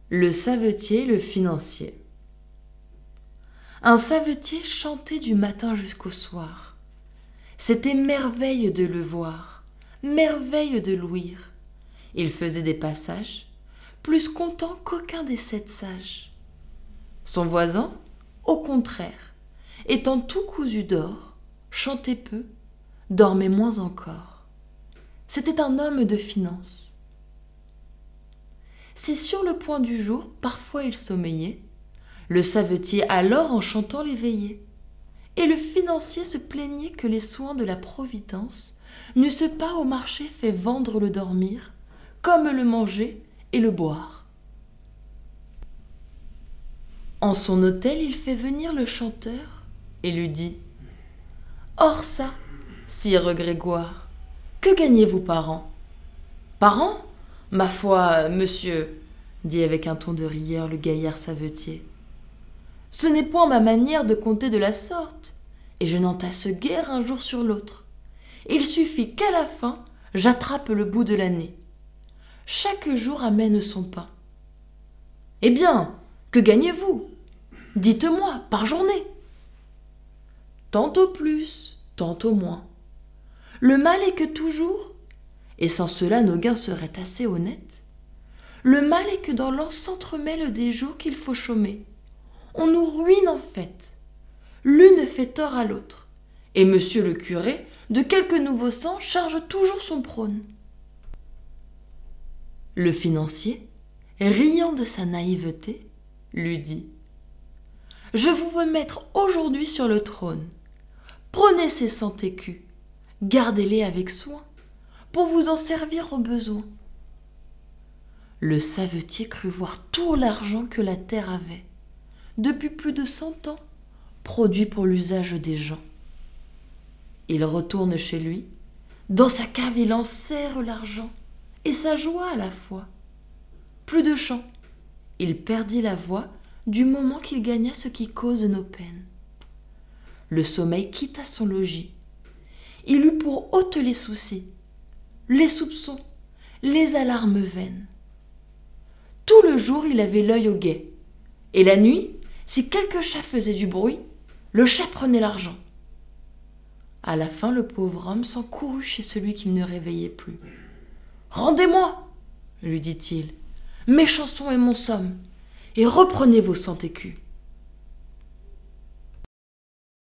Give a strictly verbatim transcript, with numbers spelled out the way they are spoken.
Le savetier et le financier. Un savetier chantait du matin jusqu'au soir. C'était merveille de le voir, merveille de l'ouïr. Il faisait des passages, plus content qu'aucun des sept sages. Son voisin, au contraire, étant tout cousu d'or, chantait peu, dormait moins encore. C'était un homme de finance. Si sur le point du jour, parfois il sommeillait, le savetier alors en chantant l'éveillait, et le financier se plaignait que les soins de la providence n'eussent pas au marché fait vendre le dormir, comme le manger et le boire. En son hôtel, il fait venir le chanteur et lui dit « Or ça, sire Grégoire, que gagnez-vous par an ?»« Par an ? Ma foi, monsieur, dit avec un ton de rieur le gaillard savetier, ce n'est point ma manière de compter de la sorte, et je n'entasse guère un jour sur l'autre. Il suffit qu'à la fin, j'attrape le bout de l'année. Chaque jour amène son pain. Eh bien, que gagnez-vous ? Dites-moi, par journée. Tantôt plus, tantôt moins. Le mal est que toujours, et sans cela nos gains seraient assez honnêtes, le mal est que dans l'an s'entremêlent des jours qu'il faut chômer. On nous ruine en fait. L'une fait tort à l'autre, et monsieur le curé, de quelque nouveau sang, charge toujours son prône. Le financier, riant de sa naïveté, lui dit « Je vous veux mettre aujourd'hui sur le trône. Prenez ces cent écus, gardez-les avec soin, pour vous en servir au besoin. » Le savetier crut voir tout l'argent que la terre avait, depuis plus de cent ans, produit pour l'usage des gens. Il retourne chez lui, dans sa cave il enserre l'argent, et sa joie à la fois. Plus de chant, il perdit la voix du moment qu'il gagna ce qui cause nos peines. Le sommeil quitta son logis. Il eut pour hôte les soucis, les soupçons, les alarmes vaines. Tout le jour, il avait l'œil au guet, et la nuit, si quelque chat faisait du bruit, le chat prenait l'argent. À la fin, le pauvre homme s'en courut chez celui qu'il ne réveillait plus. « Rendez-moi, lui dit-il, mes chansons et mon somme, et reprenez vos cent écus. »